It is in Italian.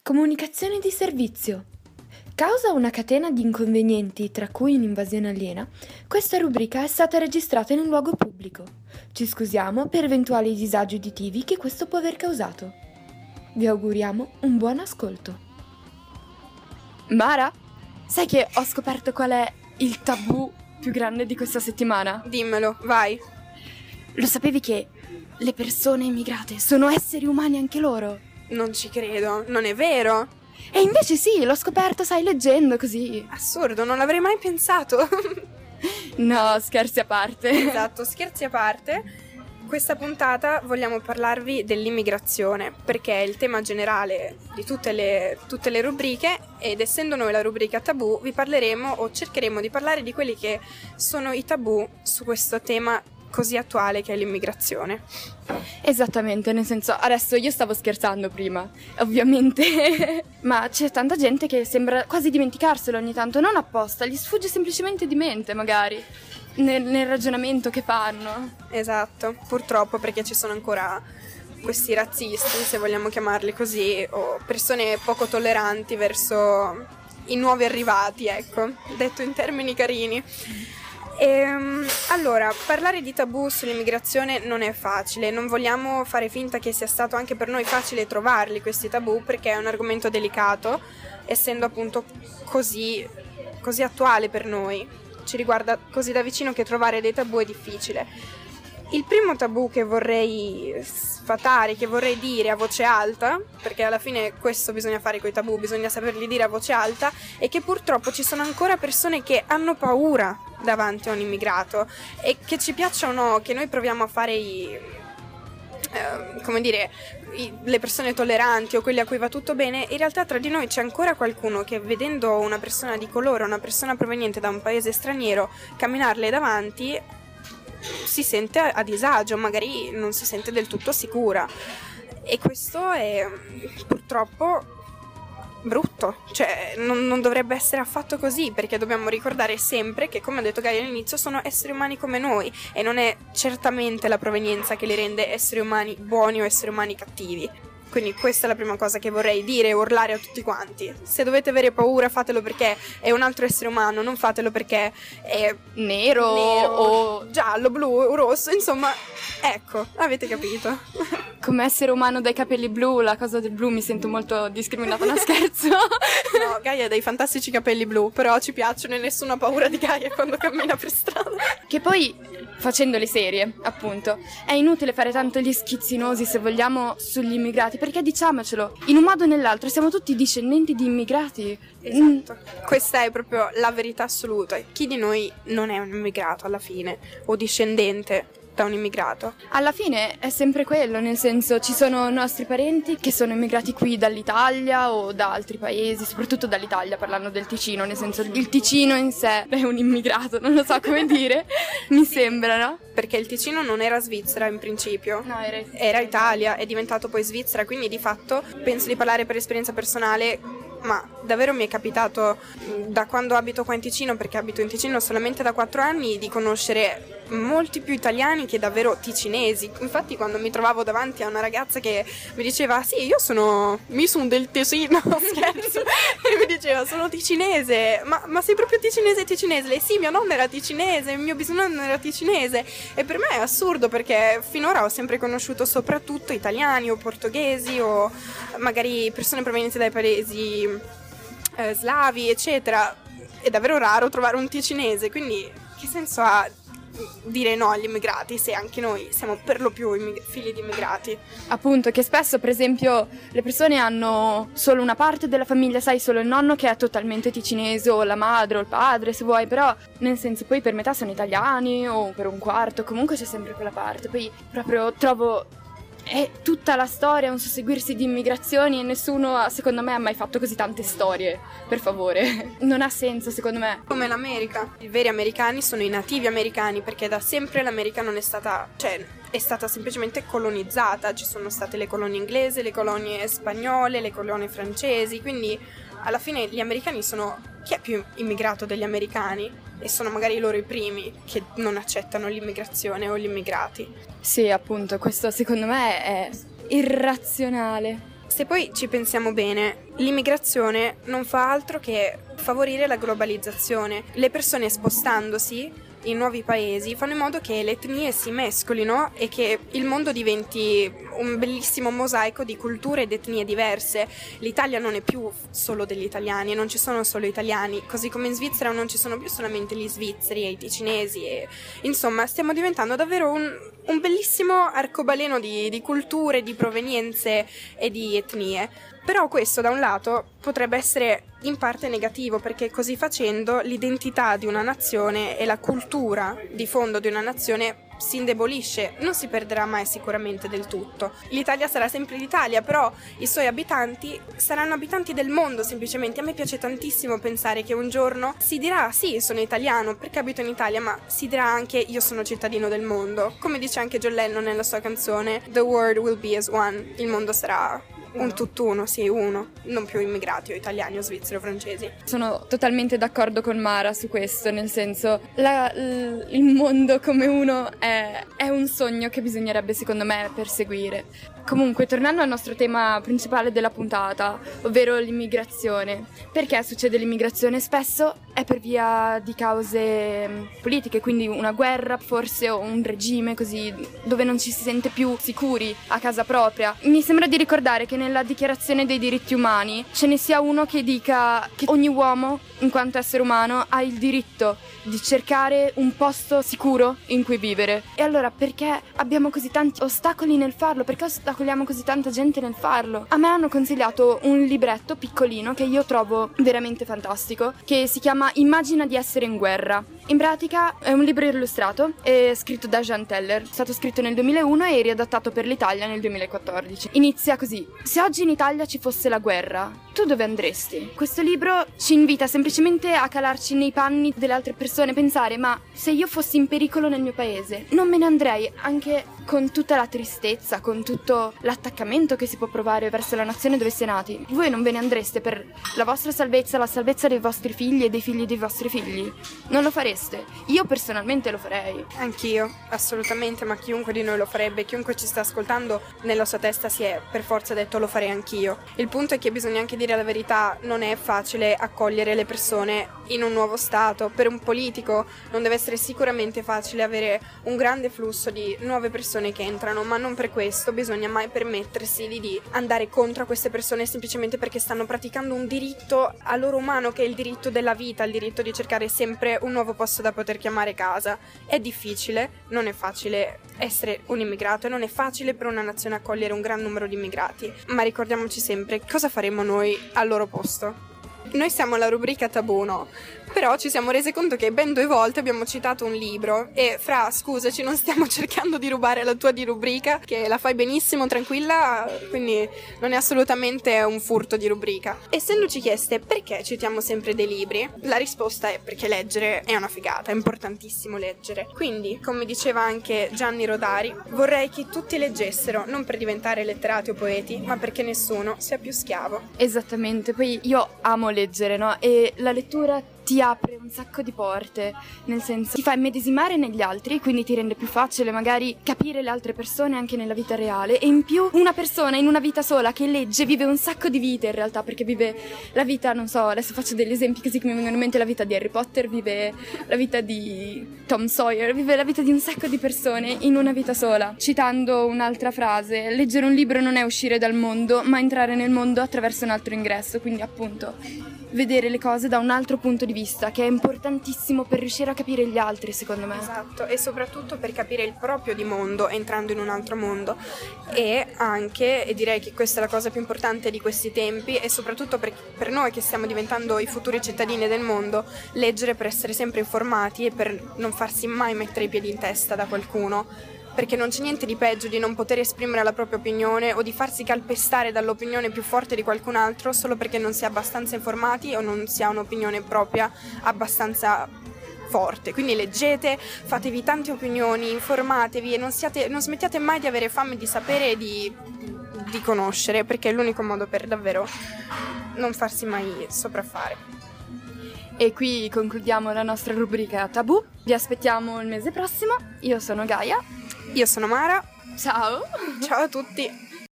Comunicazione di servizio. Causa una catena di inconvenienti, tra cui un'invasione aliena, questa rubrica è stata registrata in un luogo pubblico. Ci scusiamo per eventuali disagi uditivi che questo può aver causato. Vi auguriamo un buon ascolto. Mara, sai che ho scoperto qual è il tabù più grande di questa settimana? Dimmelo, vai. Lo sapevi che le persone immigrate sono esseri umani anche loro? Non ci credo, non è vero? E invece sì, l'ho scoperto, sai, leggendo così. Assurdo, non l'avrei mai pensato. No, scherzi a parte. Esatto, scherzi a parte. Questa puntata vogliamo parlarvi dell'immigrazione, perché è il tema generale di tutte le rubriche, ed essendo noi la rubrica tabù, vi parleremo o cercheremo di parlare di quelli che sono i tabù su questo tema così attuale che è l'immigrazione. Esattamente, nel senso, adesso io stavo scherzando prima, ovviamente, ma c'è tanta gente che sembra quasi dimenticarselo ogni tanto, non apposta, gli sfugge semplicemente di mente magari, nel ragionamento che fanno. Esatto, purtroppo, perché ci sono ancora questi razzisti, se vogliamo chiamarli così, o persone poco tolleranti verso i nuovi arrivati, ecco, detto in termini carini. Allora, parlare di tabù sull'immigrazione non è facile, non vogliamo fare finta che sia stato anche per noi facile trovarli questi tabù, perché è un argomento delicato, essendo appunto così attuale per noi, ci riguarda così da vicino che trovare dei tabù è difficile. Il primo tabù che vorrei sfatare, che vorrei dire a voce alta, perché alla fine questo bisogna fare coi tabù, bisogna saperli dire a voce alta, è che purtroppo ci sono ancora persone che hanno paura davanti a un immigrato, e che ci piaccia o no, che noi proviamo a fare le persone tolleranti o quelli a cui va tutto bene, in realtà tra di noi c'è ancora qualcuno che, vedendo una persona di colore, una persona proveniente da un paese straniero, camminarle davanti, si sente a disagio, magari non si sente del tutto sicura, e questo è purtroppo brutto, cioè non dovrebbe essere affatto così, perché dobbiamo ricordare sempre che, come ha detto Gaia all'inizio, sono esseri umani come noi, e non è certamente la provenienza che li rende esseri umani buoni o esseri umani cattivi. Quindi questa è la prima cosa che vorrei dire e urlare a tutti quanti. Se dovete avere paura, fatelo perché è un altro essere umano, non fatelo perché è Nero o giallo, blu, rosso, insomma, ecco, avete capito. Come essere umano dai capelli blu, la cosa del blu mi sento molto discriminata, no, scherzo. No, Gaia ha dei fantastici capelli blu, però ci piacciono e nessuno ha paura di Gaia quando cammina per strada. Che poi, facendo le serie, appunto, è inutile fare tanto gli schizzinosi, se vogliamo, sugli immigrati, perché diciamocelo, in un modo o nell'altro siamo tutti discendenti di immigrati. Esatto. Questa è proprio la verità assoluta. Chi di noi non è un immigrato alla fine, o discendente da un immigrato? Alla fine è sempre quello, nel senso, ci sono nostri parenti che sono immigrati qui dall'Italia o da altri paesi, soprattutto dall'Italia, parlando del Ticino, nel senso, il Ticino in sé è un immigrato, non lo so come dire, mi sembra, no? Perché il Ticino non era Svizzera in principio, No, era Italia, è diventato poi Svizzera, quindi di fatto penso di parlare per esperienza personale, ma davvero mi è capitato da quando abito qua in Ticino, perché abito in Ticino solamente da 4 anni, di conoscere molti più italiani che davvero ticinesi. Infatti quando mi trovavo davanti a una ragazza che mi diceva sì, io sono del Ticino, scherzo, e mi diceva sono ticinese, ma sei proprio ticinese? Lei sì, mio nonno era ticinese, mio bisnonno era ticinese, e per me è assurdo, perché finora ho sempre conosciuto soprattutto italiani o portoghesi o magari persone provenienti dai paesi slavi, eccetera. È davvero raro trovare un ticinese, quindi che senso ha dire no agli immigrati se anche noi siamo per lo più figli di immigrati? Appunto, che spesso, per esempio, le persone hanno solo una parte della famiglia, sai, solo il nonno che è totalmente ticinese, o la madre o il padre, se vuoi, però nel senso, poi per metà sono italiani o per un quarto, comunque c'è sempre quella parte. Poi proprio trovo è tutta la storia, un susseguirsi di immigrazioni, e nessuno, secondo me, ha mai fatto così tante storie, per favore. Non ha senso, secondo me. Come l'America. I veri americani sono i nativi americani, perché da sempre l'America non è stata, è stata semplicemente colonizzata. Ci sono state le colonie inglesi, le colonie spagnole, le colonie francesi, quindi alla fine gli americani sono chi è più immigrato degli americani, e sono magari loro i primi che non accettano l'immigrazione o gli immigrati. Sì, appunto, questo secondo me è irrazionale. Se poi ci pensiamo bene, l'immigrazione non fa altro che favorire la globalizzazione. Le persone spostandosi in nuovi paesi fanno in modo che le etnie si mescolino e che il mondo diventi un bellissimo mosaico di culture ed etnie diverse. L'Italia non è più solo degli italiani, non ci sono solo italiani, così come in Svizzera non ci sono più solamente gli svizzeri e i ticinesi insomma stiamo diventando davvero un bellissimo arcobaleno di culture, di provenienze e di etnie. Però questo da un lato potrebbe essere in parte negativo, perché così facendo l'identità di una nazione e la cultura di fondo di una nazione si indebolisce, non si perderà mai sicuramente del tutto. L'Italia sarà sempre l'Italia, però i suoi abitanti saranno abitanti del mondo semplicemente. A me piace tantissimo pensare che un giorno si dirà sì, sono italiano perché abito in Italia, ma si dirà anche io sono cittadino del mondo. Come dice anche John Lennon nella sua canzone The world will be as one, il mondo sarà un tutt'uno, sì, uno, non più immigrati o italiani o svizzeri o francesi. Sono totalmente d'accordo con Mara su questo, nel senso il mondo come uno è un sogno che bisognerebbe secondo me perseguire. Comunque, tornando al nostro tema principale della puntata, ovvero l'immigrazione. Perché succede l'immigrazione? Spesso è per via di cause politiche, quindi una guerra forse o un regime così dove non ci si sente più sicuri a casa propria. Mi sembra di ricordare che nella Dichiarazione dei diritti umani ce ne sia uno che dica che ogni uomo, in quanto essere umano, ha il diritto di cercare un posto sicuro in cui vivere. E allora perché abbiamo così tanti ostacoli nel farlo? Perché ostacoliamo così tanta gente nel farlo? A me hanno consigliato un libretto piccolino che io trovo veramente fantastico, che si chiama Immagina di essere in guerra. In pratica è un libro illustrato, è scritto da Jean Teller, è stato scritto nel 2001 e riadattato per l'Italia nel 2014. Inizia così: se oggi in Italia ci fosse la guerra, tu dove andresti? Questo libro ci invita semplicemente a calarci nei panni delle altre persone, pensare: ma se io fossi in pericolo nel mio paese, non me ne andrei, anche con tutta la tristezza, con tutto l'attaccamento che si può provare verso la nazione dove si è nati. Voi non ve ne andreste per la vostra salvezza, la salvezza dei vostri figli e dei figli dei vostri figli? Non lo fareste? Io personalmente lo farei. Anch'io, assolutamente, ma chiunque di noi lo farebbe, chiunque ci sta ascoltando nella sua testa si è per forza detto lo farei anch'io. Il punto è che bisogna anche dire la verità, non è facile accogliere le persone in un nuovo stato. Per un politico non deve essere sicuramente facile avere un grande flusso di nuove persone che entrano, ma non per questo bisogna mai permettersi di andare contro a queste persone semplicemente perché stanno praticando un diritto a loro umano, che è il diritto della vita, il diritto di cercare sempre un nuovo posto da poter chiamare casa. È difficile, non è facile essere un immigrato e non è facile per una nazione accogliere un gran numero di immigrati, ma ricordiamoci sempre cosa faremmo noi al loro posto. Noi siamo alla rubrica Tabù, no? Però ci siamo resi conto che ben 2 volte abbiamo citato un libro e Fra, scusaci, non stiamo cercando di rubare la tua di rubrica, che la fai benissimo, tranquilla, quindi non è assolutamente un furto di rubrica. Essendoci chieste perché citiamo sempre dei libri, la risposta è perché leggere è una figata, è importantissimo leggere. Quindi, come diceva anche Gianni Rodari, vorrei che tutti leggessero, non per diventare letterati o poeti, ma perché nessuno sia più schiavo. Esattamente, poi io amo leggere, no? E la lettura ti apre un sacco di porte, nel senso ti fa immedesimare negli altri, quindi ti rende più facile magari capire le altre persone anche nella vita reale. E in più una persona in una vita sola che legge vive un sacco di vite in realtà, perché vive la vita, non so, adesso faccio degli esempi così che mi vengono in mente: la vita di Harry Potter, vive la vita di Tom Sawyer, vive la vita di un sacco di persone in una vita sola. Citando un'altra frase, leggere un libro non è uscire dal mondo, ma entrare nel mondo attraverso un altro ingresso, quindi appunto vedere le cose da un altro punto di vista, che è importantissimo per riuscire a capire gli altri, secondo me. Esatto, e soprattutto per capire il proprio di mondo entrando in un altro mondo. E anche, e direi che questa è la cosa più importante di questi tempi, e soprattutto per noi che stiamo diventando i futuri cittadini del mondo, leggere per essere sempre informati e per non farsi mai mettere i piedi in testa da qualcuno. Perché non c'è niente di peggio di non poter esprimere la propria opinione o di farsi calpestare dall'opinione più forte di qualcun altro solo perché non si è abbastanza informati o non si ha un'opinione propria abbastanza forte. Quindi leggete, fatevi tante opinioni, informatevi e non smettiate mai di avere fame di sapere e di conoscere, perché è l'unico modo per davvero non farsi mai sopraffare. E qui concludiamo la nostra rubrica Tabù. Vi aspettiamo il mese prossimo. Io sono Gaia. Io sono Mara. Ciao! Ciao a tutti!